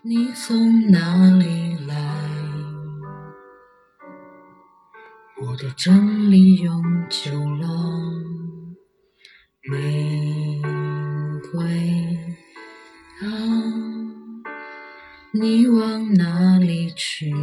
你从哪里来？我的真理永久了，玫瑰啊，你往哪里去？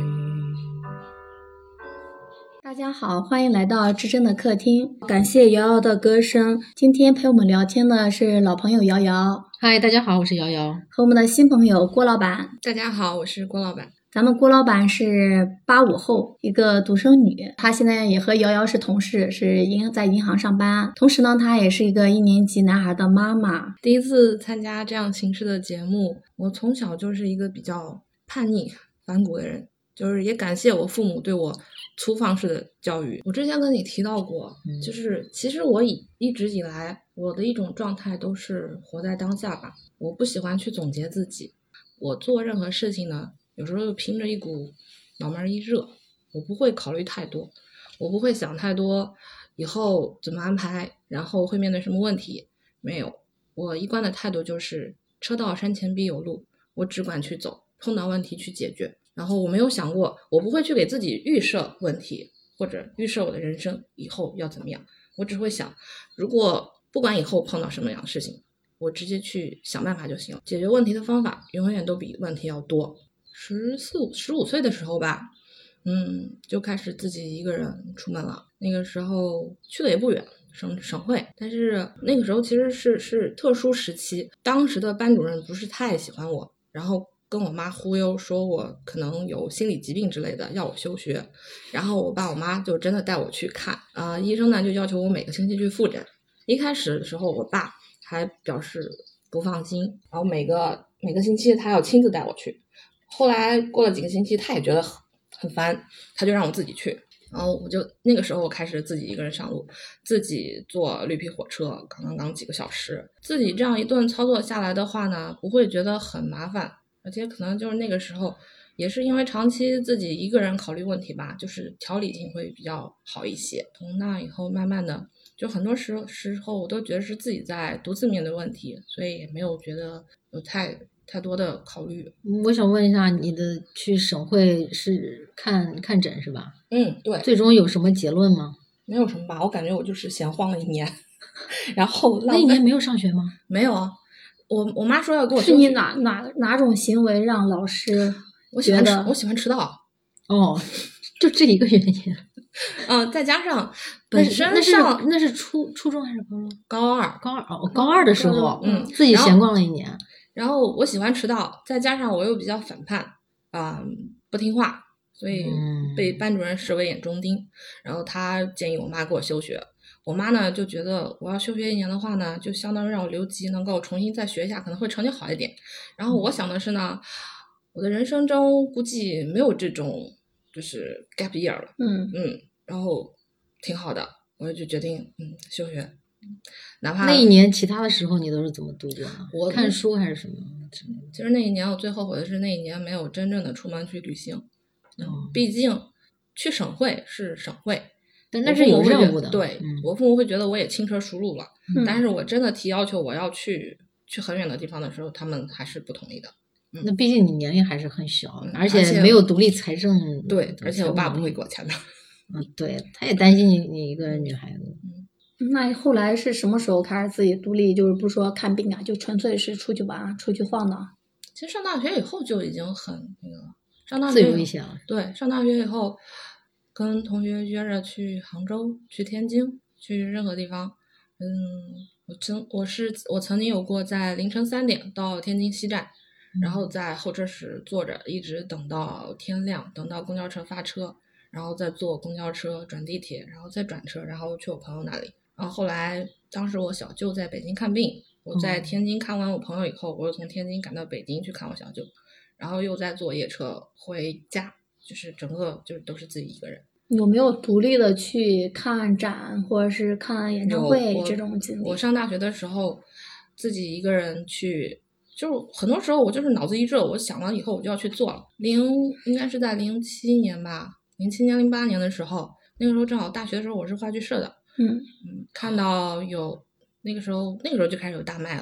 大家好，欢迎来到至真的客厅，感谢瑶瑶的歌声。今天陪我们聊天的是老朋友瑶瑶。 嗨，大家好，我是瑶瑶。 和我们的新朋友郭老板。 大家好，我是郭老板。 咱们郭老板是85后，一个独生女，她现在也和瑶瑶是同事，是在银行上班。同时呢，她也是一个1年级男孩的妈妈。 第一次参加这样形式的节目，我从小就是一个比较叛逆反骨的人，就是也感谢我父母对我粗放式的教育。我之前跟你提到过，就是其实我一直以来我的一种状态都是活在当下吧，我不喜欢去总结自己。我做任何事情呢，有时候就凭着一股脑门一热，我不会考虑太多，我不会想太多以后怎么安排，然后会面对什么问题，没有。我一贯的态度就是车到山前必有路，我只管去走，碰到问题去解决。然后我没有想过，我不会去给自己预设问题，或者预设我的人生以后要怎么样。我只会想，如果不管以后碰到什么样的事情，我直接去想办法就行了。解决问题的方法永远都比问题要多。15岁的时候吧，就开始自己一个人出门了。那个时候去的也不远，省会，但是那个时候其实是特殊时期，当时的班主任不是太喜欢我，然后跟我妈忽悠说我可能有心理疾病之类的，要我休学。然后我爸我妈就真的带我去看，医生呢就要求我每个星期去复诊。一开始的时候我爸还表示不放心，然后每个星期他要亲自带我去。后来过了几个星期，他也觉得很烦，他就让我自己去。然后我就那个时候开始自己一个人上路，自己坐绿皮火车，刚几个小时。自己这样一顿操作下来的话呢，不会觉得很麻烦，而且可能就是那个时候也是因为长期自己一个人考虑问题吧，就是条理性会比较好一些。从那以后慢慢的，就很多时候我都觉得是自己在独自面对问题，所以也没有觉得有太多的考虑。 我想问一下，你的去省会是看诊是吧？ 对。 最终有什么结论吗？ 没有什么吧，我感觉我就是闲晃了1年，然后那一年没有上学吗？ 没有啊，我妈说要给我是你哪种行为让老师觉得我喜欢迟到？ 哦，就这一个原因。 再加上本身那是初中还是高中？ 高二高二的时候，自己闲逛了1年。 然后我喜欢迟到，再加上我又比较反叛，不听话，所以被班主任视为眼中钉。然后他建议我妈给我休学。我妈呢就觉得我要休学1年的话呢，就相当于让我留级，能够重新再学一下，可能会成绩好一点。然后我想的是呢，我的人生中估计没有这种就是 gap year 了，然后挺好的，我就决定休学。哪怕那一年其他的时候你都是怎么度过的？ 我看书还是什么？ 其实那一年我最后悔的是那一年没有真正的出门去旅行。毕竟去省会是省会， 但那是有任务的。 对，我父母会觉得我也轻车熟路了，但是我真的提要求我要去很远的地方的时候，他们还是不同意的。 那毕竟你年龄还是很小，而且没有独立财政。 对，而且我爸不会给我钱的。 对，他也担心你一个女孩子。 那后来是什么时候开始自己独立？就是不说看病啊，就纯粹是出去玩、出去晃荡。 其实上大学以后就已经很那个，上大学自由一些了。 对，上大学以后，跟同学约着去杭州、去天津、去任何地方。我曾经有过在凌晨3点到天津西站，然后在候车室坐着，一直等到天亮，等到公交车发车，然后再坐公交车转地铁，然后再转车，然后去我朋友那里。然后后来当时我小舅在北京看病，我在天津看完我朋友以后，我又从天津赶到北京去看我小舅，然后又再坐夜车回家，就是整个就是都是自己一个人。 有没有独立的去看展或者是看演唱会这种经历？ 我上大学的时候自己一个人去，就很多时候我就是脑子一热，我想了以后我就要去做了。应该是在07年吧，07年08年的时候，那个时候正好大学的时候我是话剧社的，看到有那个时候就开始有大麦了，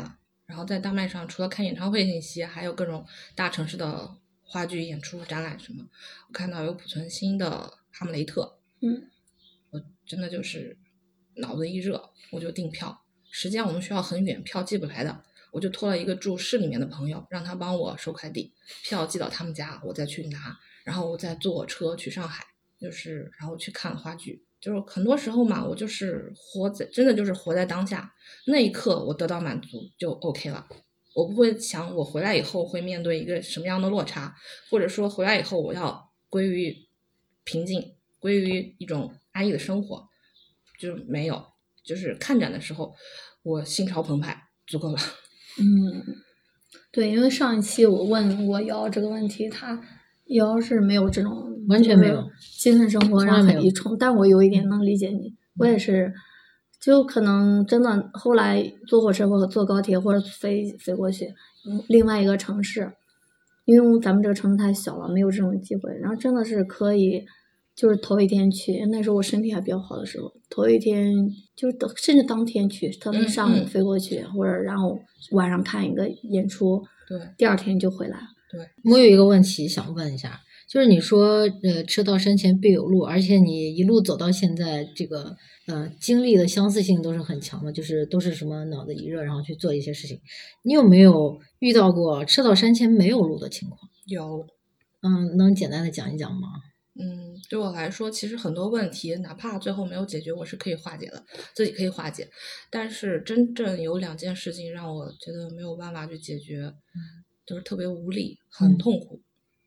然后在大麦上除了看演唱会信息，还有各种大城市的话剧演出展览什么。我看到有濮存昕的《哈姆雷特》，我真的就是脑子一热我就订票，实际上我们学校很远，票寄不来的，我就托了一个住市里面的朋友，让他帮我收快递，票寄到他们家，我再去拿，然后我再坐车去上海，就是然后去看话剧。就是很多时候嘛，我就是真的就是活在当下，那一刻我得到满足就 OK 了。我不会想我回来以后会面对一个什么样的落差，或者说回来以后我要归于平静，归于一种安逸的生活，就没有。就是看展的时候我心潮澎湃足够了。 对，因为上一期我问过瑶这个问题，他瑶是没有这种完全没有精神生活上很一冲，但我有一点能理解你，我也是，就可能真的后来坐火车或者坐高铁或者飞过去另外一个城市，因为咱们这个城市太小了，没有这种机会，然后真的是可以就是头一天去，那时候我身体还比较好的时候，头一天就是甚至当天去，当天上午飞过去，或者然后晚上看一个演出， 对， 第二天就回来。 对， 我有一个问题想问一下，就是你说车到山前必有路，而且你一路走到现在，这个经历的相似性都是很强的，就是都是什么脑子一热然后去做一些事情。你有没有遇到过车到山前没有路的情况？ 有。 能简单的讲一讲吗？ 对我来说，其实很多问题哪怕最后没有解决，我是可以化解的，自己可以化解。但是真正有2件事情让我觉得没有办法去解决，就是特别无力，很痛苦。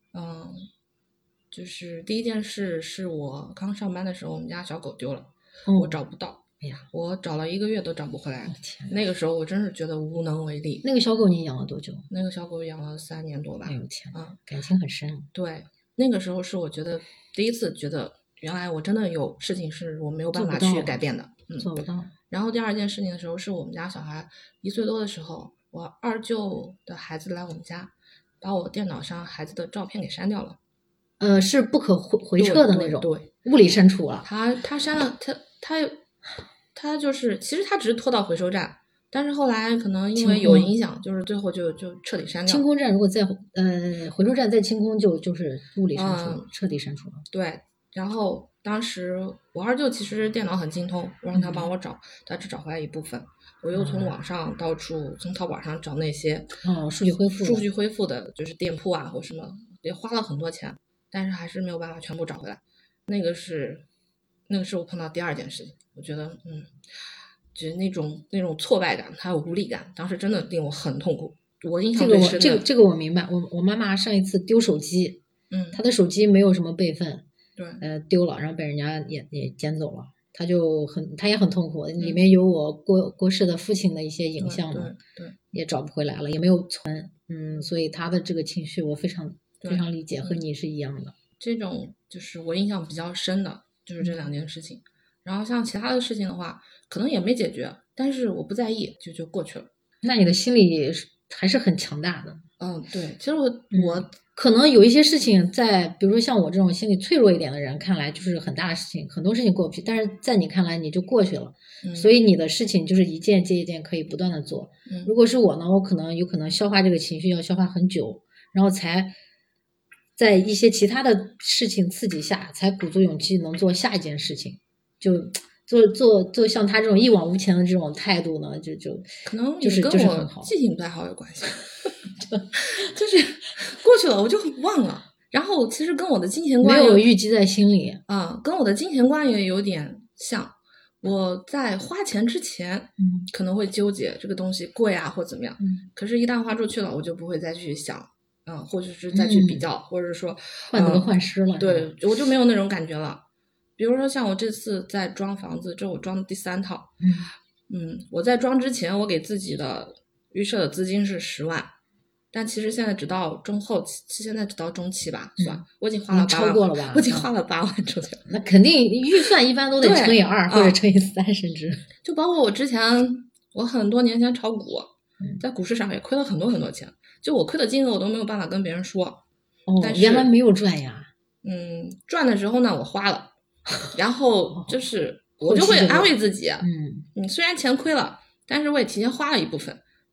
就是第一件事是我刚上班的时候，我们家小狗丢了，我找不到。 哎呀， 我找了1个月都找不回来。那个时候我真是觉得无能为力。 那个小狗你养了多久？ 那个小狗养了3年多吧。 哎呦天，感情很深。 对，那个时候是我觉得第一次觉得原来我真的有事情是我没有办法去改变的。 做不到。 然后第2件事情的时候，是我们家小孩1岁多的时候，我二舅的孩子来我们家，把我电脑上孩子的照片给删掉了。 是不可回撤的那种。 对， 物理删除了。 他删了，他就是其实他只是拖到回收站，但是后来可能因为有影响，就是最后就彻底删掉。 清空站如果在回收站再清空就是物理删除，彻底删除了。 对，然后当时我二舅其实电脑很精通，我让他帮我找，他只找回来一部分。我又从网上到处从淘宝上找那些数据恢复的就是店铺啊或什么，也花了很多钱，但是还是没有办法全部找回来。那个是我碰到第2件事情，我觉得就是那种挫败感还有无力感，当时真的令我很痛苦。我印象最深的这个我明白。我妈妈上一次丢手机，她的手机没有什么备份， 对， 丢了，然后被人家也捡走了，她也很痛苦，里面有我过世的父亲的一些影像嘛， 对， 也找不回来了，也没有存，所以她的这个情绪我非常非常理解，和你是一样的。 这种就是我印象比较深的，就是这2件事情。然后像其他的事情的话，可能也没解决，但是我不在意，就过去了。 那你的心理还是很强大的。 对，其实我可能有一些事情在，比如说像我这种心理脆弱一点的人看来就是很大的事情，很多事情过不去，但是在你看来你就过去了，所以你的事情就是一件接一件可以不断的做。如果是我呢，我有可能消化这个情绪要消化很久，然后才在一些其他的事情刺激下才鼓足勇气能做下一件事情，就做像他这种一往无前的这种态度呢，就可能就是跟我记性不太好有关系就是过去了我就忘了。然后其实跟我的金钱观没有预积在心里跟我的金钱观也有点像。我在花钱之前可能会纠结这个东西贵啊或怎么样，可是一旦花出去了我就不会再去想或者是再去比较，或者是说患得患失了。 对，我就没有那种感觉了。比如说像我这次在装房子，这我装的第3套。我在装之前我给自己的预设的资金是10万，但其实现在只到中后期，现在只到中期吧算，我已经花了8万， 超过了吧？ 我已经花了8万出去了。 那肯定预算一般都得乘以2或者乘以3，甚至就包括我很多年前炒股，在股市上也亏了很多很多钱，就我亏的金额我都没有办法跟别人说。但是原来没有赚呀。 赚的时候呢我花了，然后就是我就会安慰自己，虽然钱亏了，但是我也提前花了一部分，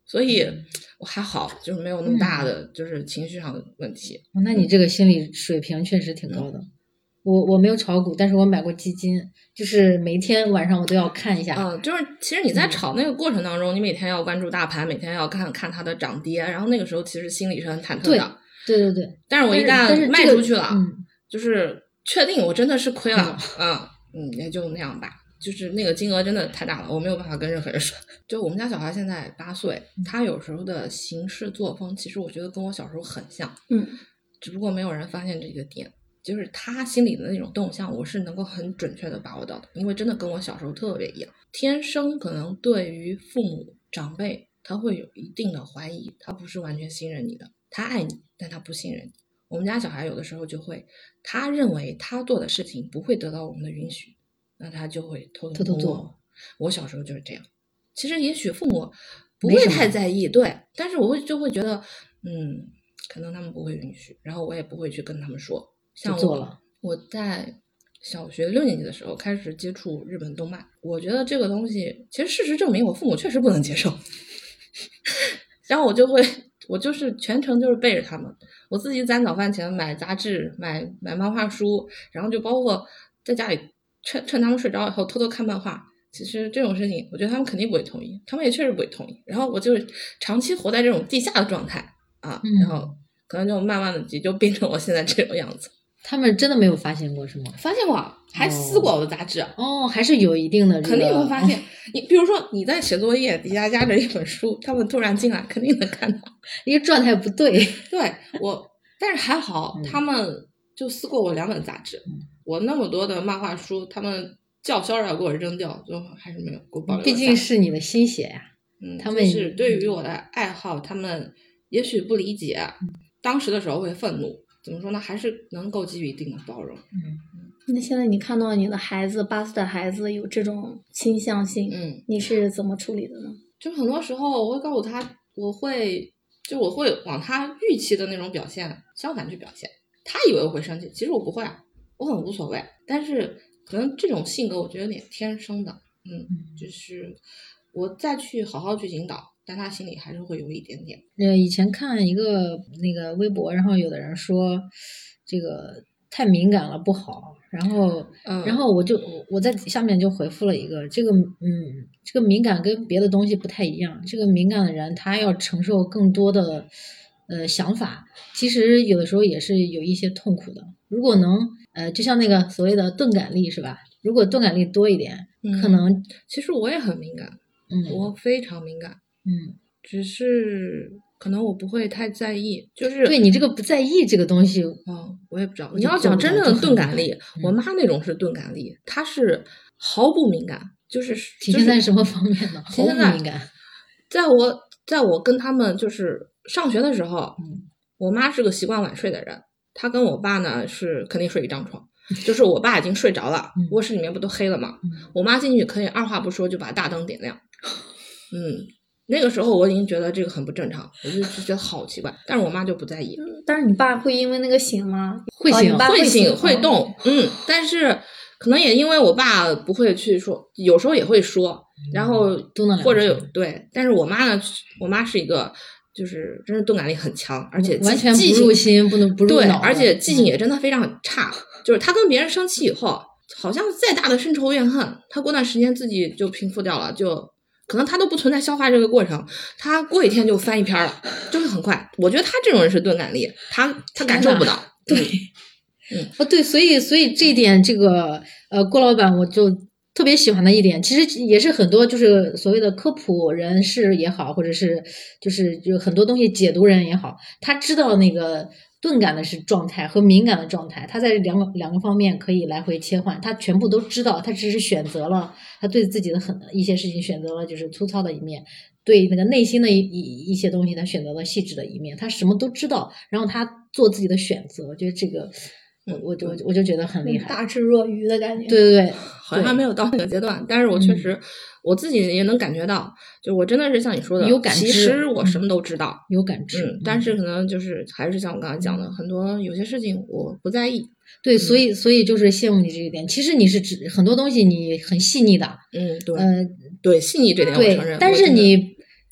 所以我还好，就是没有那么大的就是情绪上的问题。 那你这个心理水平确实挺高的。我没有炒股，但是我买过基金，就是每天晚上我都要看一下。 就是其实你在炒那个过程当中，你每天要关注大盘，每天要看它的涨跌，然后那个时候其实心里是很忐忑的。 对。 但是我一旦卖出去了，就是确定我真的是亏了，也就那样吧。就是那个金额真的太大了，我没有办法跟任何人说。就我们家小孩现在8岁，他有时候的行事作风，其实我觉得跟我小时候很像，只不过没有人发现这个点。就是他心里的那种动向，我是能够很准确的把握到的，因为真的跟我小时候特别一样。天生可能对于父母长辈，他会有一定的怀疑，他不是完全信任你的，他爱你，但他不信任你。我们家小孩有的时候就会，他认为他做的事情不会得到我们的允许，那他就会偷偷做。我小时候就是这样。其实也许父母不会太在意，对，但是我就会觉得，可能他们不会允许，然后我也不会去跟他们说。像我在小学6年级的时候开始接触日本动漫，我觉得这个东西其实事实证明我父母确实不能接受。然后我就是全程就是背着他们，我自己攒早饭钱买杂志，买漫画书，然后就包括在家里趁他们睡着以后偷偷看漫画。其实这种事情我觉得他们肯定不会同意，他们也确实不会同意。然后我就长期活在这种地下的状态啊，然后可能就慢慢的就变成我现在这种样子。 他们真的没有发现过是吗？ 发现过，还撕过我的杂志。 还是有一定的肯定会发现。你比如说你在写作业，底下夹着一本书，他们突然进来肯定能看到， 一个状态不对。 对，但是还好，他们就撕过我2本杂志。我那么多的漫画书，他们叫嚣着要给我扔掉，就还是没有给我保留。 毕竟是你的心血呀。他们就是对于我的爱好，他们也许不理解，当时的时候会愤怒。怎么说呢？还是能够给予一定的包容。 那现在你看到你的孩子，8岁的孩子有这种倾向性，你是怎么处理的呢？ 就很多时候我会告诉他，我会往他预期的那种表现相反去表现。他以为我会生气，其实我不会，我很无所谓。但是可能这种性格我觉得有点天生的，就是我再去好好去引导，但他心里还是会有一点点。 以前看一个那个微博，然后有的人说这个太敏感了不好，然后我在下面就回复了一个，这个敏感跟别的东西不太一样，这个敏感的人他要承受更多的想法，其实有的时候也是有一些痛苦的。如果能就像那个所谓的钝感力是吧？如果钝感力多一点，可能其实我也很敏感，我非常敏感，只是可能我不会太在意，就是对你这个不在意这个东西， 我也不知道。你要讲真正的钝感力，我妈那种是钝感力，她是毫不敏感，就是体现在什么方面呢？毫不敏感。 在我跟他们就是上学的时候，我妈是个习惯晚睡的人，她跟我爸呢是肯定睡一张床。就是我爸已经睡着了，卧室里面不都黑了吗？我妈进去可以二话不说就把大灯点亮。那个时候我已经觉得这个很不正常，我就觉得好奇怪，但是我妈就不在意。 但是你爸会因为那个醒吗？ 会醒， 会醒，会动。但是可能也因为我爸不会去说，有时候也会说，然后或者对，但是我妈呢，我妈是一个就是真是钝感力很强，而且完全不入心，不入脑， 对，而且记性也真的非常差。就是他跟别人生气以后，好像再大的深仇怨恨，他过段时间自己就平复掉了，就可能他都不存在消化这个过程，他过一天就翻一篇了，就是很快。我觉得他这种人是钝感力，他感受不到。 对，对，所以这一点，这个郭老板我就特别喜欢的一点，其实也是很多就是所谓的科普人士也好，或者是就很多东西解读人也好，他知道那个钝感的是状态和敏感的状态，他在两个方面可以来回切换，他全部都知道，他只是选择了他对自己的一些事情选择了就是粗糙的一面，对那个内心的一些东西他选择了细致的一面，他什么都知道，然后他做自己的选择，我觉得这个我就觉得很厉害， 大智若愚的感觉。 对， 好像还没有到那个阶段，但是我确实我自己也能感觉到，就我真的是像你说的有感知， 其实我什么都知道， 有感知， 但是可能就是还是像我刚才讲的，很多有些事情我不在意。 对，所以就是羡慕你这一点。其实你是很多东西你很细腻的， 对，细腻这点我承认。 但是你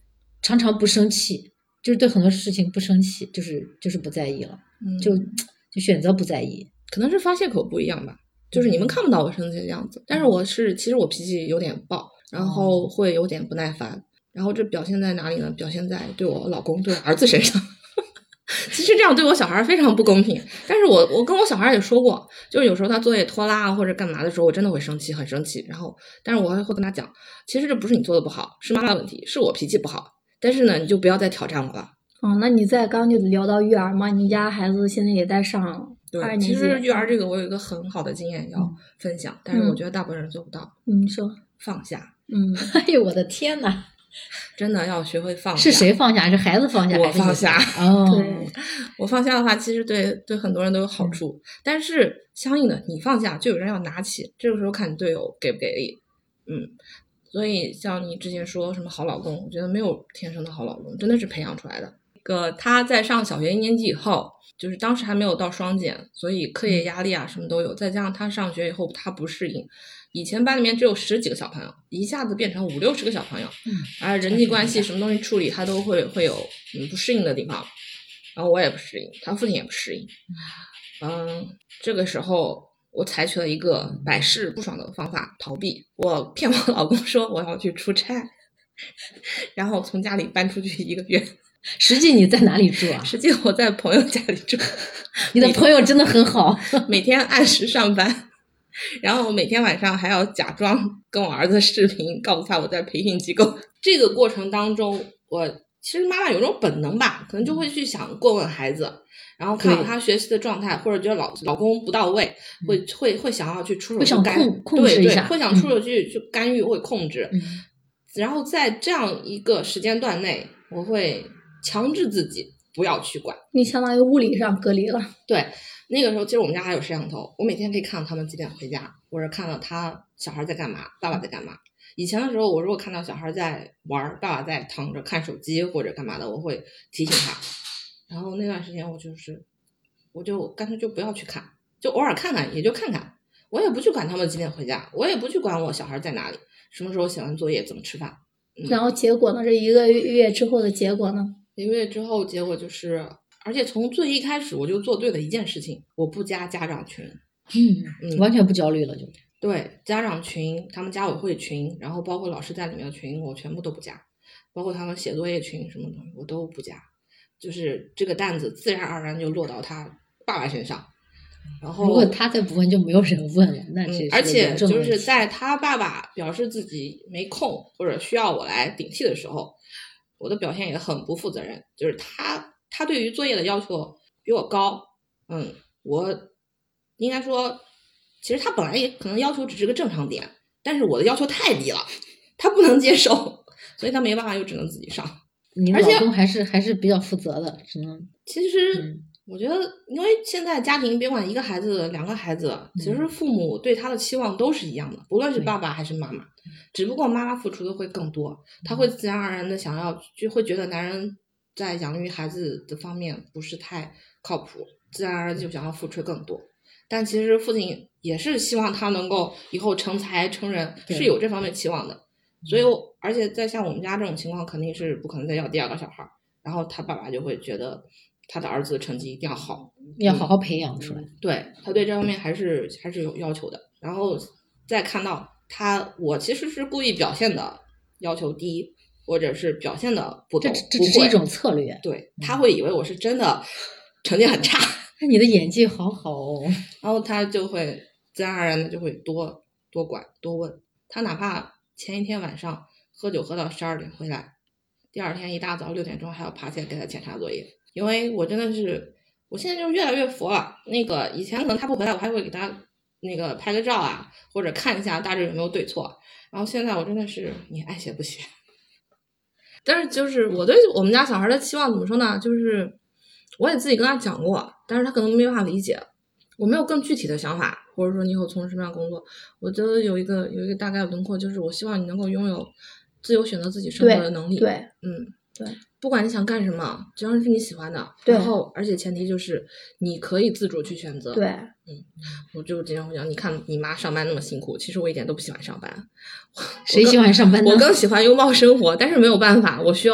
常常不生气，就是对很多事情不生气，就是不在意了，就选择不在意。 可能是发泄口不一样吧，就是你们看不到我生气的样子，但是其实我脾气有点暴，然后会有点不耐烦，然后这表现在哪里呢？表现在对我老公对我儿子身上。其实这样对我小孩非常不公平，但是我跟我小孩也说过，就是有时候他作业拖拉或者干嘛的时候，我真的会生气，很生气。然后，但是我会跟他讲，其实这不是你做的不好，是妈妈的问题，是我脾气不好。但是呢，你就不要再挑战我了。 那你刚刚就聊到育儿嘛，你家孩子现在也在上2年级。 其实育儿这个我有一个很好的经验要分享，但是我觉得大部分人做不到。 你说放下。 哎呦我的天哪！ 真的要学会放下。 是谁放下？是孩子放下？ 我放下。 对， 我放下的话，其实对很多人都有好处。但是相应的，你放下，就有人要拿起。这个时候看你队友给不给力。所以像你之前说什么好老公，我觉得没有天生的好老公，真的是培养出来的。他在上小学1年级以后，就是当时还没有到双减，所以课业压力啊什么都有，再加上他上学以后他不适应。以前班里面只有10几个小朋友，一下子变成50-60个小朋友，而人际关系什么东西处理他都会有不适应的地方，然后我也不适应，他父亲也不适应。这个时候我采取了一个百试不爽的方法逃避，我骗我老公说我要去出差，然后从家里搬出去1个月。 实际你在哪里住啊？ 实际我在朋友家里住。 你的朋友真的很好。 每天按时上班，然后每天晚上还要假装跟我儿子视频，告诉他我在培训机构。这个过程当中，其实妈妈有种本能吧，可能就会去想过问孩子，然后看到他学习的状态，或者觉得老公不到位，会想要去出手去控制一下， 会想出手去干预，会控制。然后在这样一个时间段内，我会强制自己不要去管。 你相当于物理上隔离了。 对，那个时候其实我们家还有摄像头，我每天可以看到他们几点回家，或者看到他小孩在干嘛，爸爸在干嘛。以前的时候，我如果看到小孩在玩，爸爸在躺着看手机或者干嘛的，我会提醒他。然后那段时间我就干脆就不要去看，就偶尔看看，也就看看。我也不去管他们几点回家，我也不去管我小孩在哪里，什么时候写完作业，怎么吃饭。 然后结果呢？这1个月之后的结果呢 ？1个月之后，结果就是，而且从最一开始我就做对了一件事情，我不加家长群。 完全不焦虑了就。 对，家长群，他们家委会群，然后包括老师在里面的群，我全部都不加，包括他们写作业群什么东西我都不加，就是这个担子自然而然就落到他爸爸身上。然后如果他再不问，就没有人问了。那而且就是在他爸爸表示自己没空或者需要我来顶替的时候，我的表现也很不负责任。就是他对于作业的要求比我高，我应该说，其实他本来也可能要求只是个正常点，但是我的要求太低了，他不能接受，所以他没办法，又只能自己上。 你老公还是比较负责的，只能其实。我觉得，因为现在家庭别管1个孩子、2个孩子，其实父母对他的期望都是一样的，不论是爸爸还是妈妈，只不过妈妈付出的会更多，他会自然而然的就会觉得男人在养育孩子的方面不是太靠谱，自然而然就想要付出更多。但其实父亲也是希望他能够以后成才成人，是有这方面期望的。所以而且在像我们家这种情况，肯定是不可能再要第2个小孩，然后他爸爸就会觉得他的儿子的成绩一定要好， 要好好培养出来。 对，他对这方面还是有要求的。然后再看到我其实是故意表现的要求低，或者是表现的不懂， 这只是一种策略。 对，他会以为我是真的成绩很差。 那你的演技好好哦。 然后他就会自然而然的就会多管多问。他哪怕前一天晚上喝酒喝到12点回来，第2天一大早6点钟还要爬起来给他检查作业。因为我真的是，我现在就越来越佛了。以前可能他不回来，我还会给他拍个照啊，或者看一下大致有没有对错。然后现在我真的是你爱写不写。但是就是我对我们家小孩的期望怎么说呢？就是我也自己跟他讲过，但是他可能没办法理解。我没有更具体的想法，或者说你以后从事什么样的工作，我觉得有一个大概的轮廓，就是我希望你能够拥有自由选择自己生活的能力。 对， 对，不管你想干什么，只要是你喜欢的，然后而且前提就是你可以自主去选择。 对， 我就经常会讲，你看你妈上班那么辛苦，其实我一点都不喜欢上班。 谁喜欢上班呢？ 我更喜欢拥抱生活，但是没有办法，我需要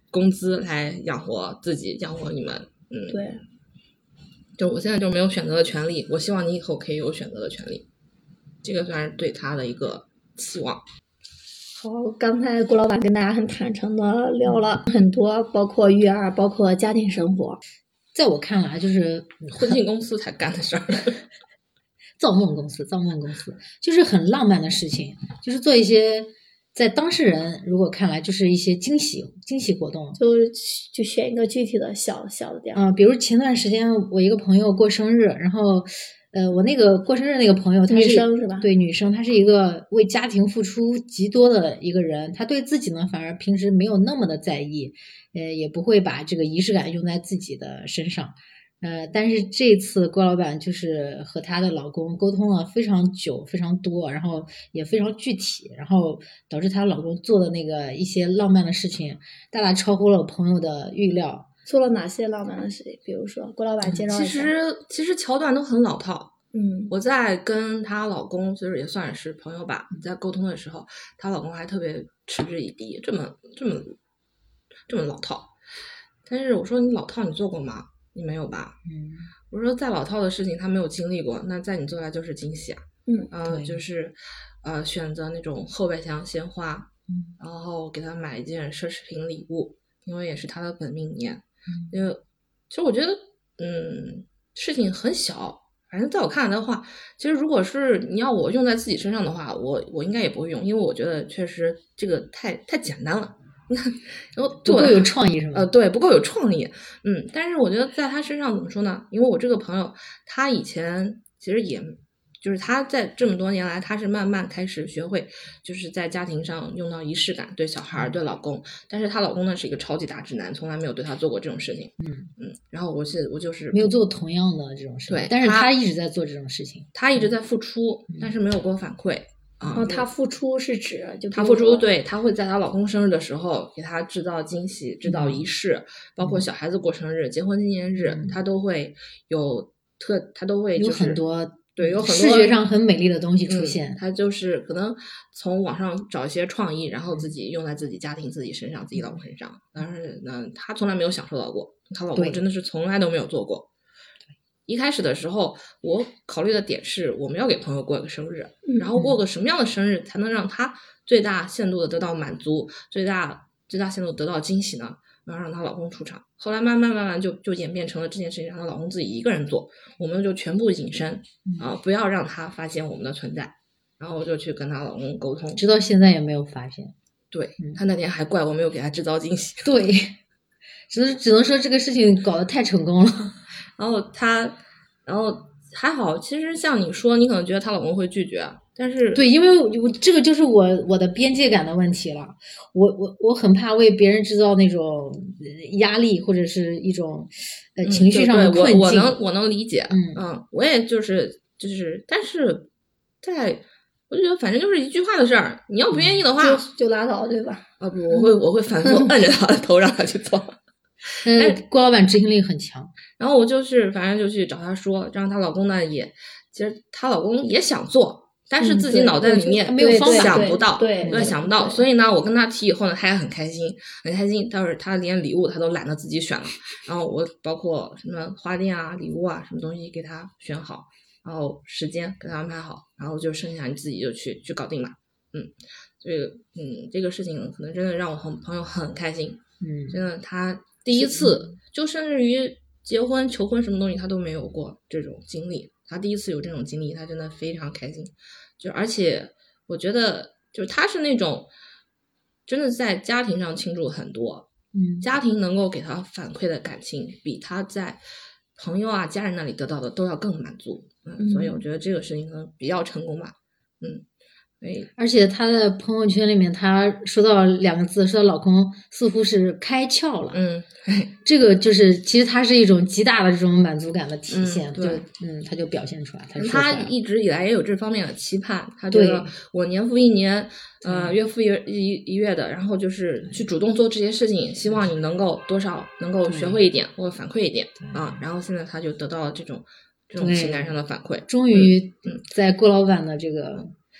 工资来养活自己，养活你们。 对， 就我现在就没有选择的权利，我希望你以后可以有选择的权利，这个算是对他的一个期望。 好，刚才郭老板跟大家很坦诚的聊了很多，包括育儿，包括家庭生活。 在我看来，就是婚庆公司才干的事儿。 造梦公司就是很浪漫的事情，就是做一些在当事人如果看来就是一些惊喜活动， 就选一个具体的小的点。 比如前段时间我一个朋友过生日，然后我那个过生日那个朋友，她是女生是吧？ 对，女生，她是一个为家庭付出极多的一个人，她对自己呢反而平时没有那么的在意，也不会把这个仪式感用在自己的身上。但是这次郭老板就是和她的老公沟通了非常久非常多，然后也非常具体，然后导致她老公做的那个一些浪漫的事情大大超乎了我朋友的预料。 做了哪些浪漫的事情？比如说郭老板介绍一下。 其实桥段都很老套。 我在跟她老公就是也算是朋友吧，在沟通的时候，她老公还特别嗤之以鼻，这么老套。但是我说你老套你做过吗？你没有吧？我说再老套的事情他没有经历过，那在你做来就是惊喜啊。就是选择那种后备箱鲜花，然后给他买一件奢侈品礼物，因为也是他的本命年。其实我觉得事情很小，反正在我看来的话，其实如果是你要我用在自己身上的话，我应该也不会用，因为我觉得确实这个太简单了。然后不够有创意是吗？ 对，不够有创意。但是我觉得在他身上怎么说呢？因为我这个朋友，他以前其实也就是他在这么多年来，他是慢慢开始学会，就是在家庭上用到仪式感，对小孩对老公。但是她老公呢是一个超级大直男，从来没有对她做过这种事情。然后我就是没有做同样的这种事情， 对， 但是他一直在做这种事情， 他一直在付出，但是没有给我反馈。 她付出是指她付出，对，她会在她老公生日的时候给他制造惊喜，制造仪式，包括小孩子过生日、结婚纪念日，她都会她都会就是有很多对，有很多视觉上很美丽的东西出现。 她就是可能从网上找一些创意，然后自己用在自己家庭、自己身上、自己老公身上。但是呢，她从来没有享受到过，她老公真的是从来都没有做过。一开始的时候，我考虑的点是我们要给朋友过一个生日，然后过个什么样的生日才能让他最大限度的得到满足，最大限度得到惊喜呢？然后让她老公出场。后来慢慢就演变成了这件事情让她老公自己一个人做，我们就全部隐身不要让他发现我们的存在。然后我就去跟她老公沟通， 直到现在也没有发现。 对，他那天还怪我没有给他制造惊喜。 对，只能说这个事情搞得太成功了。 然后还好，其实像你说，你可能觉得她老公会拒绝，但是对，因为这个就是我的边界感的问题了。我很怕为别人制造那种压力，或者是一种情绪上的困境。 我能理解。我也就是，但是我就觉得反正就是一句话的事儿，你要不愿意的话就拉倒，对吧？ 不，我会反复摁着他的头让他去做。 郭老板执行力很强， 然后我反正就去找他说，让她老公呢其实她老公也想做，但是自己脑袋里面没有方法， 想不到， 对， 想不到。所以呢，我跟他提以后呢，他也很开心。但是他连礼物他都懒得自己选了，然后我包括什么花店啊、礼物啊，什么东西给他选好，然后时间给他安排好，然后就剩下你自己就去搞定嘛。这个事情可能真的让我朋友很开心。真的，他第一次就甚至于结婚求婚什么东西他都没有过这种经历，他第一次有这种经历，他真的非常开心。而且我觉得就是他是那种真的在家庭上倾注很多，家庭能够给他反馈的感情比他在朋友啊家人那里得到的都要更满足。所以我觉得这个事情可能比较成功吧。 而且她的朋友圈里面，她说到2个字，说她老公似乎是开窍了。这个就是其实它是一种极大的这种满足感的体现。 对， 他就表现出来。 他一直以来也有这方面的期盼，他觉得我年复一年，月复一月的，然后就是去主动做这些事情，希望你能够多少能够学会一点或反馈一点然后现在他就得到了这种情感上的反馈， 终于在郭老板的这个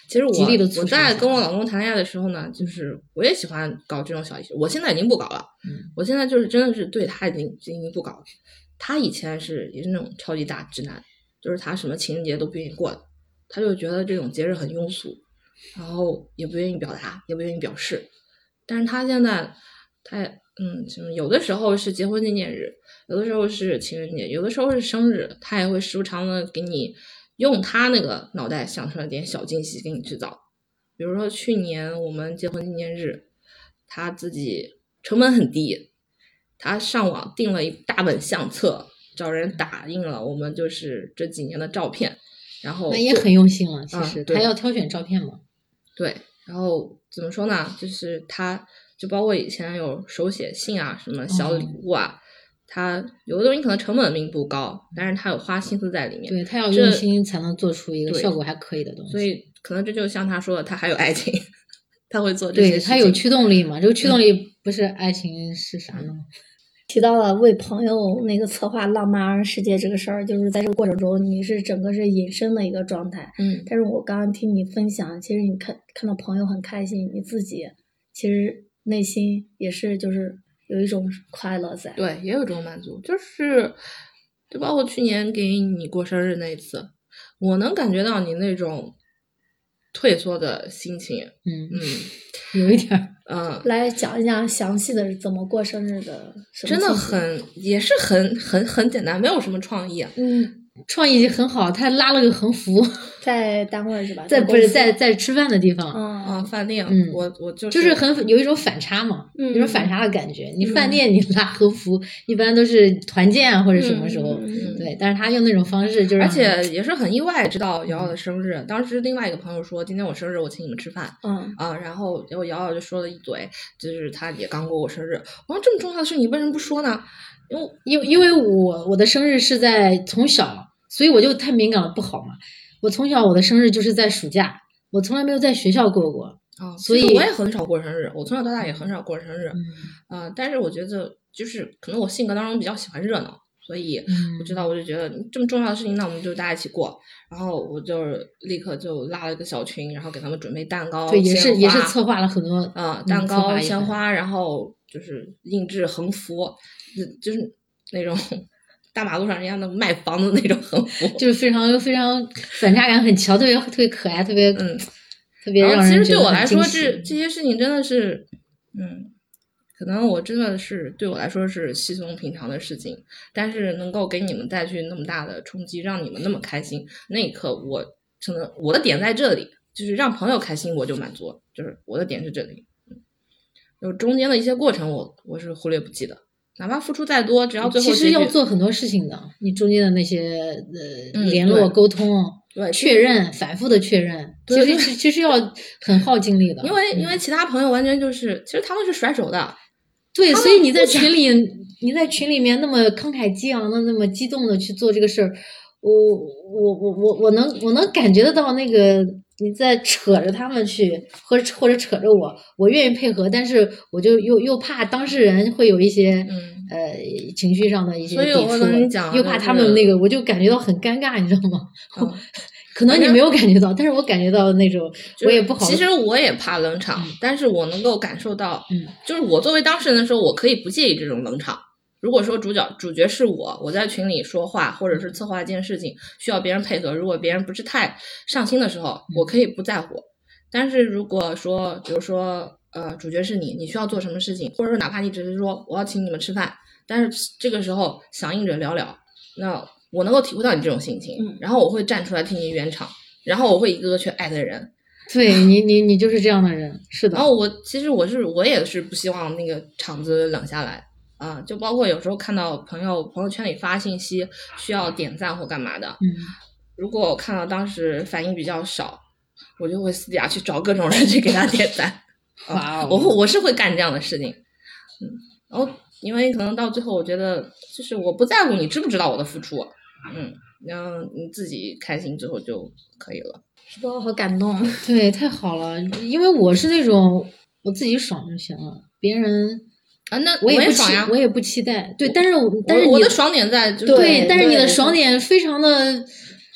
其实极力的我在跟我老公谈恋爱的时候呢，就是我也喜欢搞这种小仪式，我现在已经不搞了，我现在就是真的是对他已经不搞了。他以前也是那种超级大直男，就是他什么情人节都不愿意过的，他就觉得这种节日很庸俗，然后也不愿意表达，也不愿意表示。但是他现在有的时候是结婚纪念日，有的时候是情人节，有的时候是生日，他也会时不常的给你用他那个脑袋想出来点小惊喜给你制造。比如说去年我们结婚纪念日，他自己成本很低，他上网订了一大本相册，找人打印了我们就是这几年的照片，然后那也很用心了。其实他要挑选照片嘛。 对，然后怎么说呢，就是他就包括以前有手写信啊，什么小礼物啊，他有的东西可能成本并不高，但是他有花心思在里面。 对，他要用心才能做出一个效果还可以的东西。 所以可能这就像他说的，他还有爱情，他会做这些事情。 对，他有驱动力嘛？这个驱动力不是爱情是啥呢？ 提到了为朋友那个策划浪漫二人世界这个事儿，就是在这个过程中，你是整个是隐身的一个状态。但是我刚刚听你分享，其实你看到朋友很开心，你自己其实内心也是就是有一种快乐在。 对，也有这种满足，就包括去年给你过生日那一次，我能感觉到你那种退缩的心情。 有一点。 来讲一讲详细的怎么过生日的， 真的也是很简单，没有什么创意。 创意很好，他拉了个横幅， 在单位是吧？ 不是在吃饭的地方。 饭店。我就是很有一种反差嘛，有一种反差的感觉。你饭店你拉横幅，一般都是团建啊或者什么时候，对。但是他用那种方式，就是而且也是很意外知道瑶瑶的生日。当时另外一个朋友说今天我生日，我请你们吃饭。然后瑶瑶就说了一嘴，就是他也刚过我生日。我说这么重要的事你为什么不说呢？ 因为我的生日是在从小，所以我就太敏感了不好嘛。我从小我的生日就是在暑假，我从来没有在学校过过。所以我也很少过生日，我从小到大也很少过生日。但是我觉得就是可能我性格当中比较喜欢热闹，所以我就觉得这么重要的事情，那我们就大家一起过。然后我就立刻就拉了一个小群，然后给他们准备蛋糕。 对，也是策划了很多蛋糕、鲜花，然后就是印制横幅，就是那种大马路上人家那卖房子那种横幅， 就是非常非常反差感很强，特别可爱，特别特别让人觉得很惊喜。 其实对我来说，这些事情真的是，可能我真的是对我来说是稀松平常的事情，但是能够给你们带去那么大的冲击，让你们那么开心，那一刻我的点在这里，就是让朋友开心我就满足，就是我的点是这里。有中间的一些过程我是忽略不计的，哪怕付出再多，只要最后其实要做很多事情的，你中间的那些联络沟通。对，确认，反复的确认，其实要很耗精力的。 因为其他朋友完全就是其实他们是甩手的。 对，所以你在群里面那么慷慨激昂的那么激动的去做这个事儿，我能感觉得到那个你在扯着他们去，或者扯着我愿意配合，但是我就又怕当事人会有一些情绪上的一些抵触， 所以我跟你讲， 又怕他们那个，我就感觉到很尴尬，你知道吗？可能你没有感觉到，但是我感觉到那种我也不好。 其实我也怕冷场，但是我能够感受到，就是我作为当事人的时候，我可以不介意这种冷场。如果说主角是我在群里说话，或者是策划一件事情需要别人配合，如果别人不是太上心的时候，我可以不在乎。但是如果说比如说主角是你需要做什么事情，或者说哪怕你只是说我要请你们吃饭，但是这个时候响应者寥寥，那我能够体会到你这种心情，然后我会站出来替你圆场，然后我会一个个去艾特人。 对，你就是这样的人，是的。 然后我也是不希望那个场子冷下来就包括有时候看到朋友圈里发信息需要点赞或干嘛的，如果我看到当时反应比较少，我就会私底下去找各种人去给他点赞。我是会干这样的事情，然后因为可能到最后我觉得就是我不在乎你知不知道我的付出，然后你自己开心之后就可以了。 是吧？好感动。 对，太好了，因为我是那种我自己爽就行了，别人那我也爽呀， 我也不期待。对，但是我的爽点在对，但是你的爽点非常的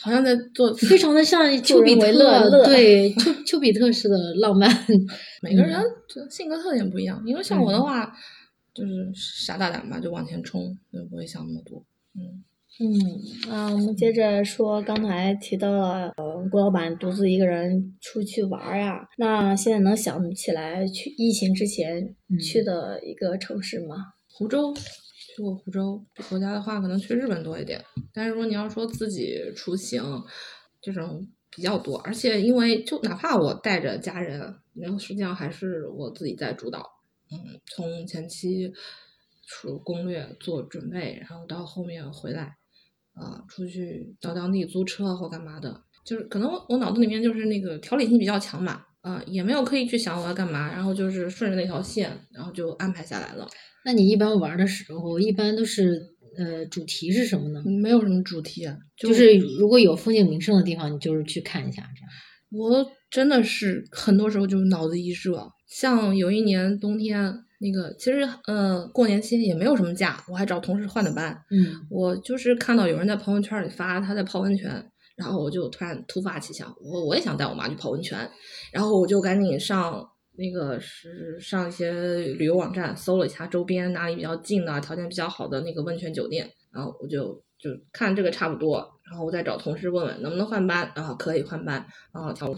好像在做， 非常的像丘比特，对，丘比特式的浪漫。 每个人性格特点不一样，因为像我的话，就是傻大胆吧，就往前冲，就不会想那么多。 我们接着说，刚才提到了郭老板独自一个人出去玩呀，那现在能想起来去疫情之前去的一个城市吗？ 湖州，去过湖州。国家的话可能去日本多一点，但是如果你要说自己出行这种比较多，而且因为就哪怕我带着家人，然后实际上还是我自己在主导，从前期出攻略做准备，然后到后面回来出去到当地租车或干嘛的，就是可能我脑子里面就是那个条理性比较强嘛，也没有刻意去想我要干嘛，然后就是顺着那条线，然后就安排下来了。 那你一般玩的时候，一般都是主题是什么呢？ 没有什么主题， 就是如果有风景名胜的地方，你就是去看一下这样。 我真的是很多时候就脑子一热，像有一年冬天那个，其实过年期间也没有什么假，我还找同事换的班。我就是看到有人在朋友圈里发他在泡温泉，然后我就突然突发奇想，我也想带我妈去泡温泉，然后我就赶紧上一些旅游网站搜了一下周边哪里比较近的条件比较好的那个温泉酒店，然后我就看这个差不多，然后我再找同事问问能不能换班，然后可以换班，然后调了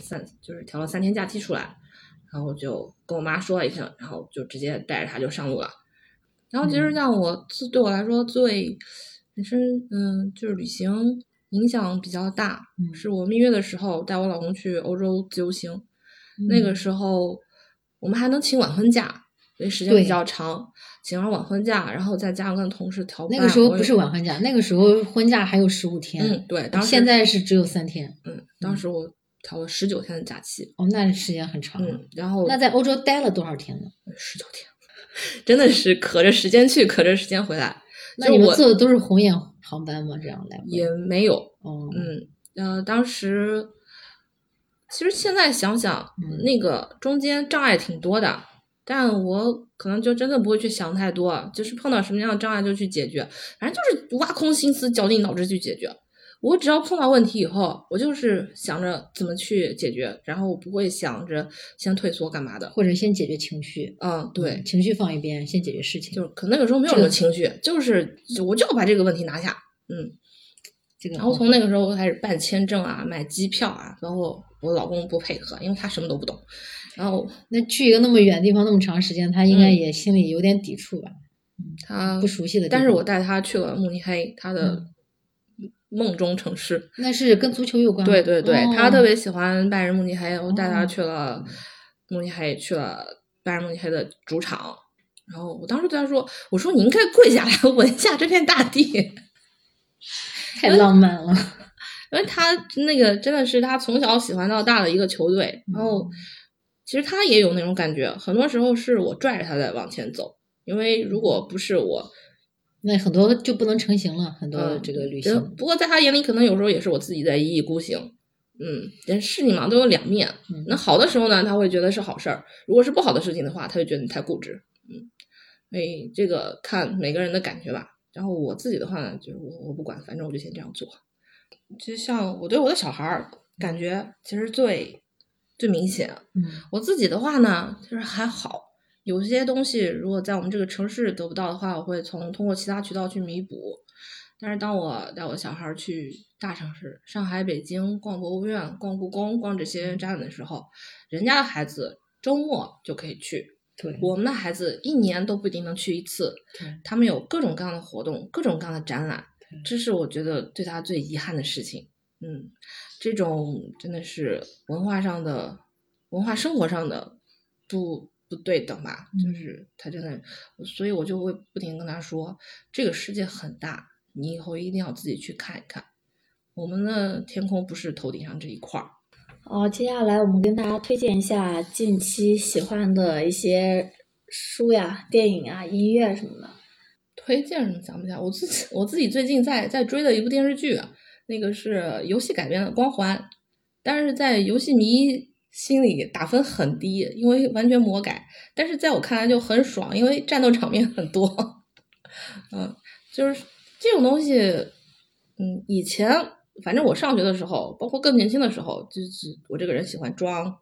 3天假期出来，然后我就跟我妈说了一声，然后就直接带着她就上路了。然后其实让对我来说最人生就是旅行影响比较大，是我蜜月的时候带我老公去欧洲自由行，那个时候我们还能请晚婚假，所以时间比较长，请完晚婚假，然后再加上跟同事调班。 那个时候不是晚婚假，那个时候婚假还有15天。 对，当时现在是只有3天。 当时我调了19天的假期。 那时间很长。 然后那在欧洲待了多少天呢 ？19天，真的是可着时间去，可着时间回来。 那你们坐的都是红眼航班吗？这样来回？ 也没有。当时其实现在想想，那个中间障碍挺多的，但我可能就真的不会去想太多，就是碰到什么样的障碍就去解决，反正就是挖空心思绞尽脑汁去解决。我只要碰到问题以后，我就是想着怎么去解决，然后我不会想着先退缩干嘛的， 或者先解决情绪。 对， 情绪放一边，先解决事情。 就是可那个时候没有什么情绪，就是我就要把这个问题拿下。然后从那个时候开始办签证啊，买机票啊，然后我老公不配合，因为他什么都不懂。然后那去一个那么远的地方那么长时间，他应该也心里有点抵触吧？ 他不熟悉的地方。 但是我带他去了慕尼黑，他的梦中城市。 那是跟足球有关吗？ 对，他特别喜欢拜仁慕尼黑，我带他去了慕尼黑，去了拜仁慕尼黑的主场。然后我当时对他说：“我说你应该跪下来闻一下这片大地。” 太浪漫了。 因为他那个真的是他从小喜欢到大的一个球队，然后其实他也有那种感觉，很多时候是我拽着他在往前走，因为如果不是我， 那很多就不能成型了，很多这个旅行。 不过在他眼里，可能有时候也是我自己在一意孤行。人事情嘛都有两面，那好的时候呢，他会觉得是好事儿；如果是不好的事情的话，他就觉得你太固执。所以这个看每个人的感觉吧。然后我自己的话呢，就是我不管，反正我就先这样做。就像我对我的小孩感觉其实最明显。我自己的话呢，就是还好，有些东西如果在我们这个城市得不到的话，我会通过其他渠道去弥补。但是当我带我小孩去大城市，上海、北京逛博物院、逛故宫、逛这些展览的时候，人家的孩子周末就可以去。 对， 我们的孩子1年都不一定能去一次。他们有各种各样的活动，各种各样的展览，这是我觉得对他最遗憾的事情。这种真的是文化生活上的不对等吧，就是他真的，所以我就会不停跟他说，这个世界很大，你以后一定要自己去看一看，我们的天空不是头顶上这一块儿。 接下来我们跟大家推荐一下近期喜欢的一些书呀、电影啊、音乐什么的。 推荐什么讲不讲？我自己最近在追的一部电视剧，那个是游戏改编的《光环》，但是在游戏迷心里打分很低，因为完全魔改。但是在我看来就很爽，因为战斗场面很多。就是这种东西，以前反正我上学的时候，包括更年轻的时候，就是我这个人喜欢装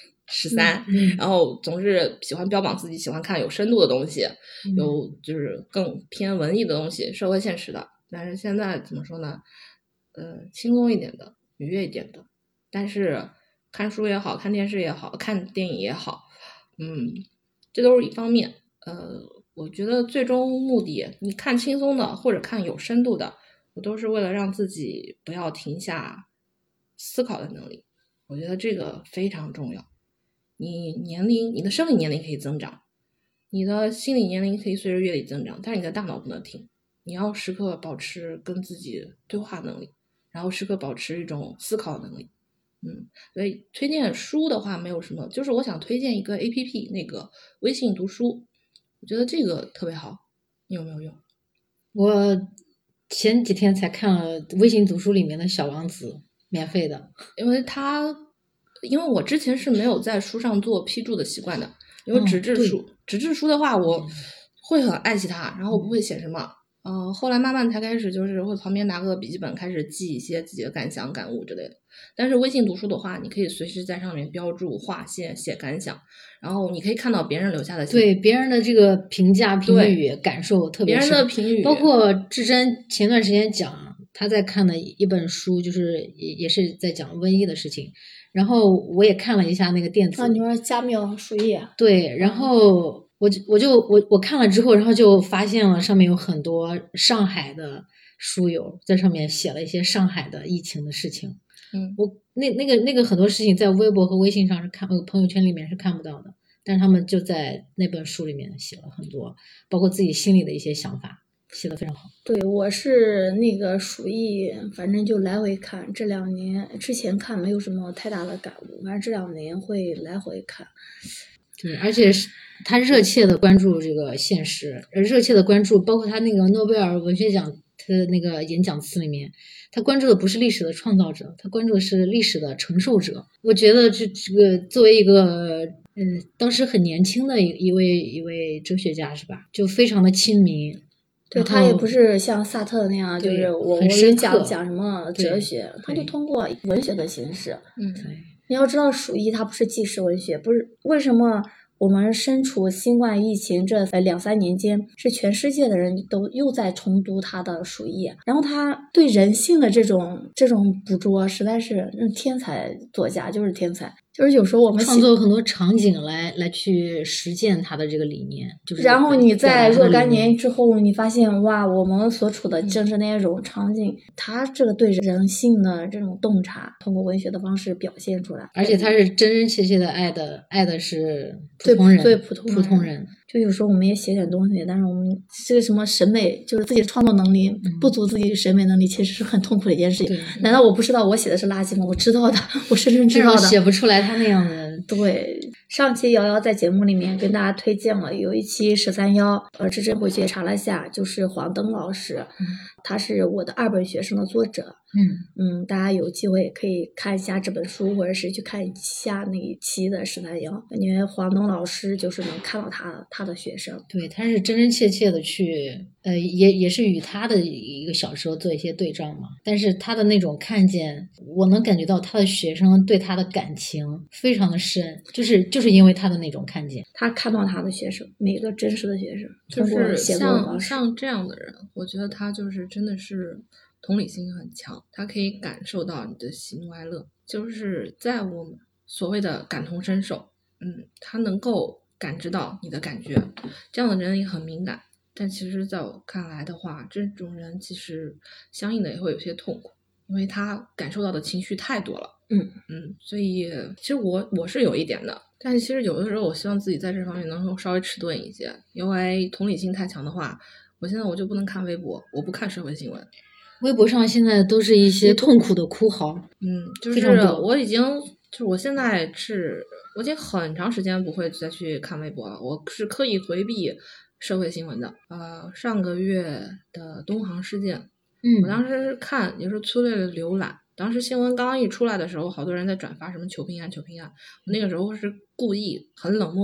13，然后总是喜欢标榜自己喜欢看有深度的东西，有就是更偏文艺的东西，社会现实的。但是现在怎么说呢？轻松一点的，愉悦一点的。但是看书也好，看电视也好，看电影也好，这都是一方面。我觉得最终目的，你看轻松的或者看有深度的，我都是为了让自己不要停下思考的能力。我觉得这个非常重要。你的生理年龄可以增长，你的心理年龄可以随着阅历增长，但是你的大脑不能停，你要时刻保持跟自己对话能力，然后时刻保持一种思考能力。所以推荐书的话没有什么，就是我想推荐一个 APP， 那个微信读书，我觉得这个特别好，你有没有用？ 我前几天才看了微信读书里面的小王子，免费的。 因为我之前是没有在书上做批注的习惯的，因为纸质书的话我会很爱惜它，然后我不会写什么。后来慢慢才开始，就是会旁边拿个笔记本开始记一些自己的感想感悟之类的。但是微信读书的话，你可以随时在上面标注划线写感想，然后你可以看到别人留下的对别人的这个评价评语感受特别深， 别人的评语， 包括志珍前段时间讲他在看的一本书，就是也是在讲瘟疫的事情，然后我也看了一下那个电子， 你说加缪鼠疫， 对，然后我看了之后，然后就发现了上面有很多上海的书友在上面写了一些上海的疫情的事情。我那个很多事情在微博和微信上是朋友圈里面是看不到的，但是他们就在那本书里面写了很多，包括自己心里的一些想法，写得非常好。 对，我是那个鼠疫，反正就来回看，这2年之前看没有什么太大的感悟，反正这2年会来回看。 对，而且是他热切的关注这个现实，热切的关注，包括他那个诺贝尔文学奖他的那个演讲词里面，他关注的不是历史的创造者，他关注的是历史的承受者。我觉得这个作为一个当时很年轻的一位哲学家是吧，就非常的亲民。 对，他也不是像萨特那样，就是我讲什么哲学，他就通过文学的形式。 对。 你要知道，鼠疫它不是纪实文学，不是为什么我们身处新冠疫情这2-3年间，是全世界的人都又在重读他的鼠疫，然后他对人性的这种捕捉，实在是天才作家，就是天才。就是有时候我们创作很多场景来去实践他的这个理念，就是然后你在若干年之后，你发现哇，我们所处的正是那种场景，他这个对人性的这种洞察，通过文学的方式表现出来， 而且他是真真切切的爱的是普通人， 对普通人。就有时候我们也写点东西，但是我们这个什么审美，就是自己的创作能力不足，自己审美能力其实是很痛苦的一件事情。难道我不知道我写的是垃圾吗？我知道的，我深深知道的。 写不出来他那样的。 对，上期瑶瑶在节目里面跟大家推荐了有一期13·1，志珍回去查了一下，就是黄登老师，他是我的2本学生的作者。大家有机会也可以看一下这本书，或者是去看一下那一期的13·1，感觉黄登老师就是能看到他的学生。 对，他是真真切切的去也是与他的一个小时候做一些对照嘛，但是他的那种看见，我能感觉到他的学生对他的感情非常的深，就是因为他的那种看见， 他看到他的学生，每个真实的学生， 就是像这样的人，我觉得他就是真的是同理心很强，他可以感受到你的喜怒哀乐，就是在我们所谓的感同身受，他能够感知到你的感觉，这样的人也很敏感。但其实在我看来的话，这种人其实相应的也会有些痛苦，因为他感受到的情绪太多了。所以其实我是有一点的，但是其实有的时候我希望自己在这方面能够稍微迟钝一些，因为同理心太强的话，我现在我就不能看微博，我不看社会新闻。 微博上现在都是一些痛苦的哭嚎， 就是我现在我已经很长时间不会再去看微博了，我是刻意回避社会新闻的。上个月的东航事件，我当时看也是粗略的浏览，当时新闻刚刚一出来的时候，好多人在转发什么求平安求平安，我那个时候是故意很冷漠的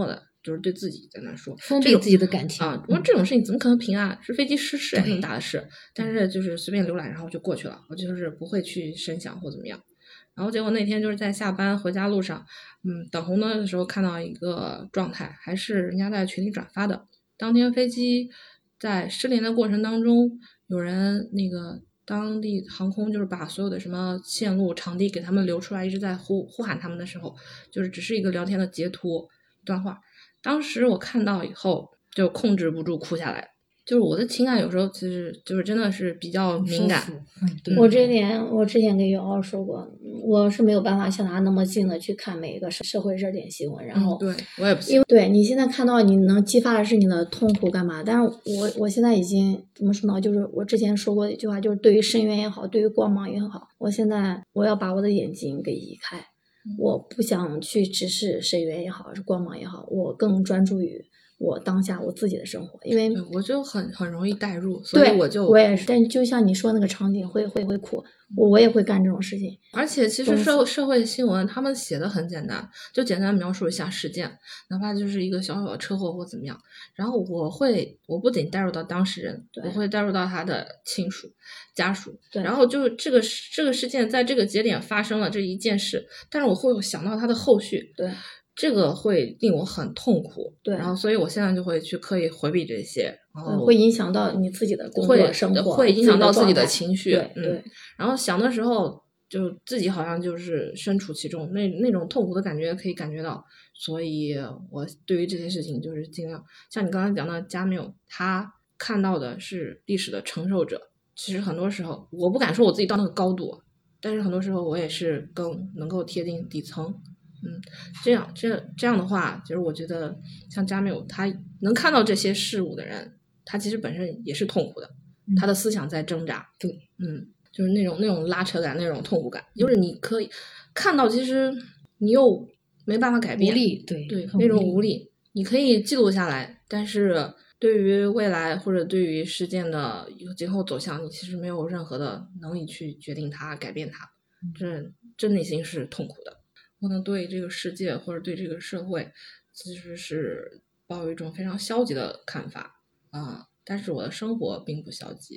就是对自己在那说封闭自己的感情啊，我说这种事情怎么可能平安？是飞机失事那么大的事，但是就是随便浏览然后就过去了，我就是不会去深想或怎么样。然后结果那天就是在下班回家路上，等红灯的时候看到一个状态，还是人家在群里转发的。当天飞机在失联的过程当中，有人那个当地航空就是把所有的什么线路场地给他们留出来，一直在呼喊他们的时候，就是只是一个聊天的截图一段话。当时我看到以后就控制不住哭下来。就是我的情感有时候其实就是真的是比较敏感。 我之前跟瑶瑶说过，我是没有办法像他那么近的去看每一个社会热点新闻，然后对我也不行。 因为对你现在看到你能激发的是你的痛苦干嘛？但是我现在已经怎么说呢？就是我之前说过的一句话，就是对于深渊也好，对于光芒也好，我现在我要把我的眼睛给移开，我不想去直视深渊也好，是光芒也好，我更专注于我当下我自己的生活，因为我就很容易代入，所以我也是。但就像你说那个场景会哭，我也会干这种事情。 而且其实社会新闻他们写的很简单，就简单描述一下事件，哪怕就是一个小小的车祸或怎么样。然后我不仅带入到当事人，我会带入到他的亲属家属。然后就是这个事件在这个节点发生了这一件事，但是我会想到他的后续。 对。 这个会令我很痛苦， 对， 然后所以我现在就会去刻意回避这些，然后会影响到你自己的工作生活， 会影响到自己的情绪， 对， 然后想的时候就自己好像就是身处其中，那种痛苦的感觉可以感觉到，所以我对于这些事情就是尽量像你刚才讲的加缪，他看到的是历史的承受者，其实很多时候我不敢说我自己到那个高度，但是很多时候我也是更能够贴近底层。这样的话，就是我觉得像加缪他能看到这些事物的人，他其实本身也是痛苦的，他的思想在挣扎。 对， 就是那种拉扯感，那种痛苦感，就是你可以看到，其实你又没办法改变， 无力，对， 那种无力，你可以记录下来，但是对于未来或者对于事件的今后走向，你其实没有任何的能力去决定它、改变它，这内心是痛苦的。可能对这个世界或者对这个社会其实是抱有一种非常消极的看法但是我的生活并不消极，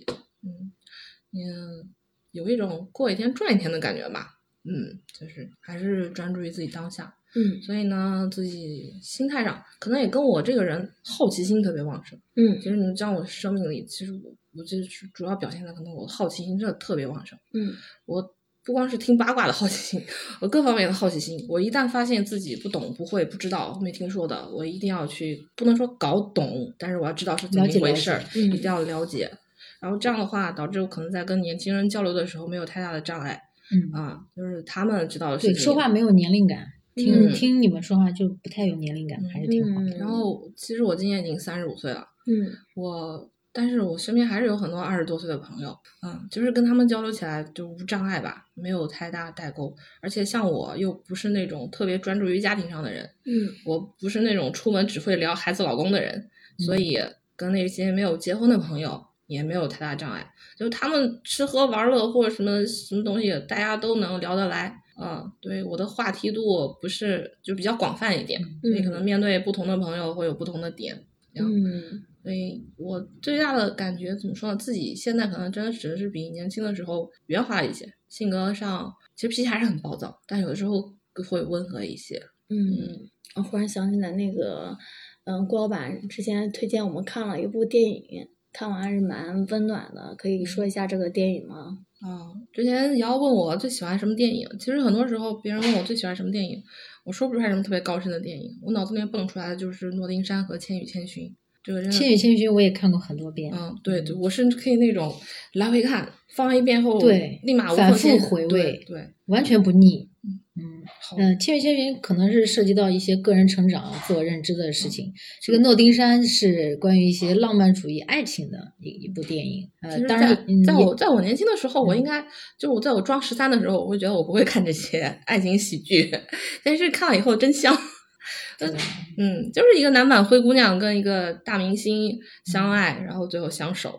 有一种过一天赚一天的感觉吧，就是还是专注于自己当下，所以呢自己心态上可能也跟我这个人好奇心特别旺盛，其实你知道我生命里其实我就是主要表现在可能我的好奇心真的特别旺盛，我不光是听八卦的好奇心，我各方面的好奇心，我一旦发现自己不懂、不会、不知道、没听说的，我一定要去，不能说搞懂，但是我要知道是怎么一回事，一定要了解。然后这样的话，导致我可能在跟年轻人交流的时候没有太大的障碍，就是他们知道的事情。 对，说话没有年龄感，听你们说话就不太有年龄感，还是挺好的。 然后其实我今年已经35岁了，但是我身边还是有很多20多岁的朋友，就是跟他们交流起来就无障碍吧，没有太大代沟。而且像我又不是那种特别专注于家庭上的人，我不是那种出门只会聊孩子老公的人，所以跟那些没有结婚的朋友也没有太大障碍。就他们吃喝玩乐或者什么东西，大家都能聊得来。对，我的话题度不是就比较广泛一点，所以可能面对不同的朋友会有不同的点。所以我最大的感觉怎么说呢？自己现在可能真的只是比年轻的时候圆滑一些，性格上其实脾气还是很暴躁，但有的时候会温和一些。 我忽然想起来那个，郭老板之前推荐我们看了一部电影，看完是蛮温暖的，可以说一下这个电影吗？ 之前瑶问我最喜欢什么电影，其实很多时候别人问我最喜欢什么电影，我说不出来什么特别高深的电影，我脑子里面蹦出来的就是诺丁山和千与千寻。这个千与千寻我也看过很多遍， 对，我甚至可以那种来回看，放完一遍后对立马反复回味， 对， 完全不腻。千与千寻可能是涉及到一些个人成长、自我认知的事情。这个诺丁山是关于一些浪漫主义爱情的一部电影。当然， 在我年轻的时候，我应该就是我在我装13的时候，我会觉得我不会看这些爱情喜剧，但是看了以后真香。就是一个男版灰姑娘跟一个大明星相爱，然后最后相守。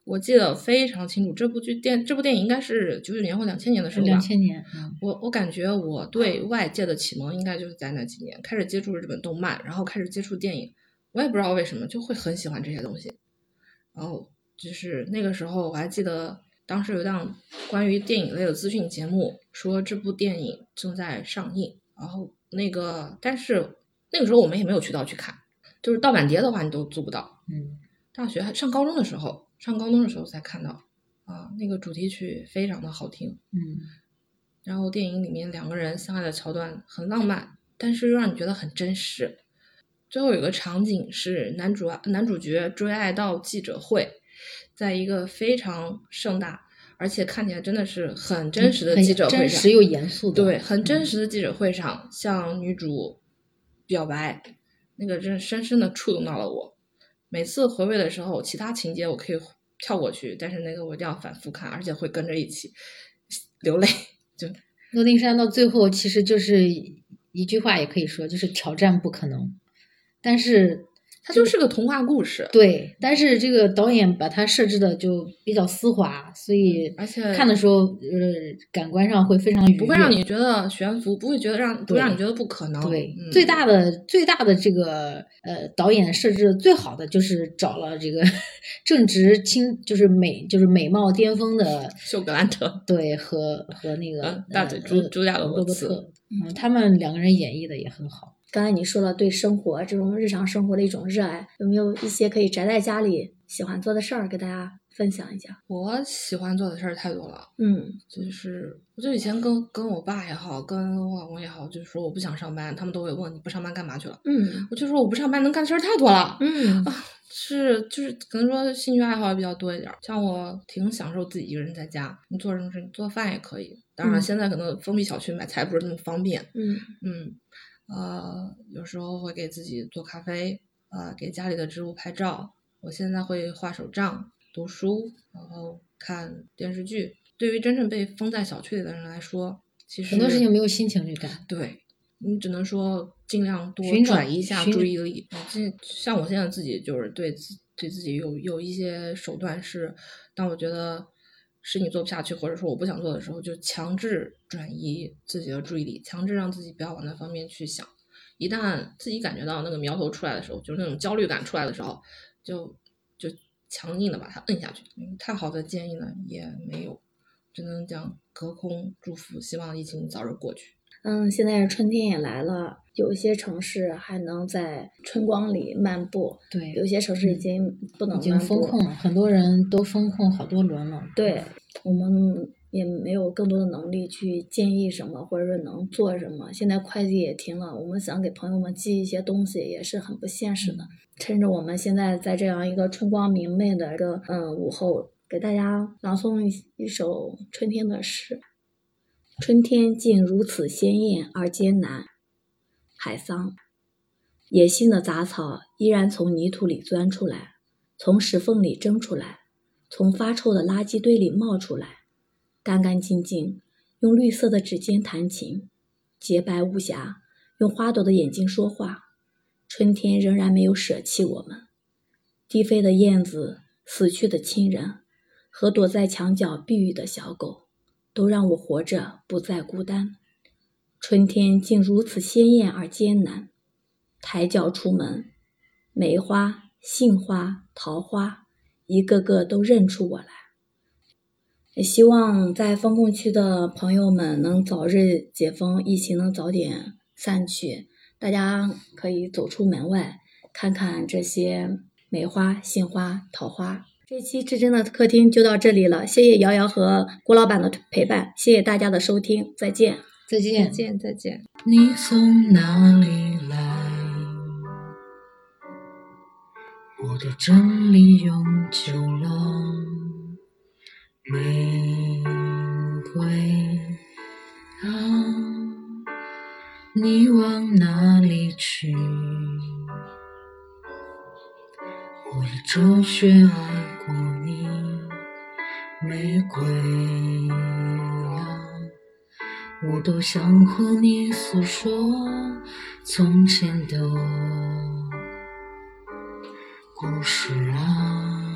我记得非常清楚，这部电影应该是99年或2000年的时候吧。 2000年。 我感觉我对外界的启蒙应该就是在那几年，开始接触日本动漫，然后开始接触电影。我也不知道为什么就会很喜欢这些东西。然后就是那个时候我还记得当时有档关于电影类的资讯节目，说这部电影正在上映，然后但是那个时候我们也没有渠道去看，就是盗版碟的话你都租不到。大学上高中的时候才看到那个主题曲非常的好听。然后电影里面两个人相爱的桥段很浪漫，但是又让你觉得很真实。最后有个场景是男主角追爱到记者会，在一个非常盛大而且看起来真的是很真实的记者会上， 真实又严肃的， 对，很真实的记者会上向女主表白，那个真深深的触动到了我。每次回味的时候，其他情节我可以跳过去，但是那个我一定要反复看，而且会跟着一起流泪。就诺丁山到最后其实就是一句话也可以说，就是挑战不可能，但是它就是个童话故事。 对，但是这个导演把它设置的就比较丝滑，所以而且看的时候感官上会非常愉悦， 不会让你觉得悬浮，不会让你觉得不可能。 对，最大的这个导演设置最好的就是找了这个正值就是美貌巅峰的休格兰特， 对，和那个大嘴朱亚罗伯特， 他们两个人演绎的也很好。 刚才你说了对生活这种日常生活的一种热爱，有没有一些可以宅在家里喜欢做的事儿给大家分享一下？ 我喜欢做的事儿太多了。就是我就以前跟我爸也好，跟我老公也好，就是说我不想上班，他们都会问你不上班干嘛去了。我就说我不上班能干的事儿太多了。就是可能说兴趣爱好也比较多一点，像我挺享受自己一个人在家，你做什么事，做饭也可以。当然现在可能封闭小区买菜不是那么方便。有时候会给自己做咖啡，给家里的植物拍照。我现在会画手账、读书，然后看电视剧。对于真正被封在小区里的人来说，其实很多事情没有心情去干。 对，你只能说尽量多转移一下注意力。像我现在自己就是对自己有一些手段是，当我觉得是你做不下去，或者说我不想做的时候，就强制转移自己的注意力，强制让自己不要往那方面去想。一旦自己感觉到那个苗头出来的时候，就是那种焦虑感出来的时候，就强硬的把它摁下去。太好的建议呢也没有，只能讲隔空祝福，希望疫情早日过去。 现在春天也来了，有一些城市还能在春光里漫步， 对， 有些城市已经不能漫步， 已经封控了，很多人都封控好多轮了。 对，我们也没有更多的能力去建议什么，或者说能做什么。现在快递也停了，我们想给朋友们寄一些东西也是很不现实的。趁着我们现在在这样一个春光明媚的一个午后，给大家朗诵一首春天的诗。春天竟如此鲜艳而艰难。海桑。野性的杂草依然从泥土里钻出来，从石缝里蒸出来，从发臭的垃圾堆里冒出来，干干净净，用绿色的指尖弹琴，洁白无瑕，用花朵的眼睛说话。春天仍然没有舍弃我们。低飞的燕子，死去的亲人，和躲在墙角避雨的小狗，都让我活着不再孤单。春天竟如此鲜艳而艰难。抬脚出门，梅花、杏花、桃花，一个个都认出我来。也希望在封控区的朋友们能早日解封，疫情能早点散去，大家可以走出门外，看看这些梅花、杏花、桃花。这期至真的客厅就到这里了，谢谢瑶瑶和郭老板的陪伴，谢谢大家的收听，再见。 再见， 再见，再见。 你从哪里来？我的真理永久了。玫瑰啊，你往哪里去？我的哲学爱过你，玫瑰啊，我都想和你诉说从前的故事啊。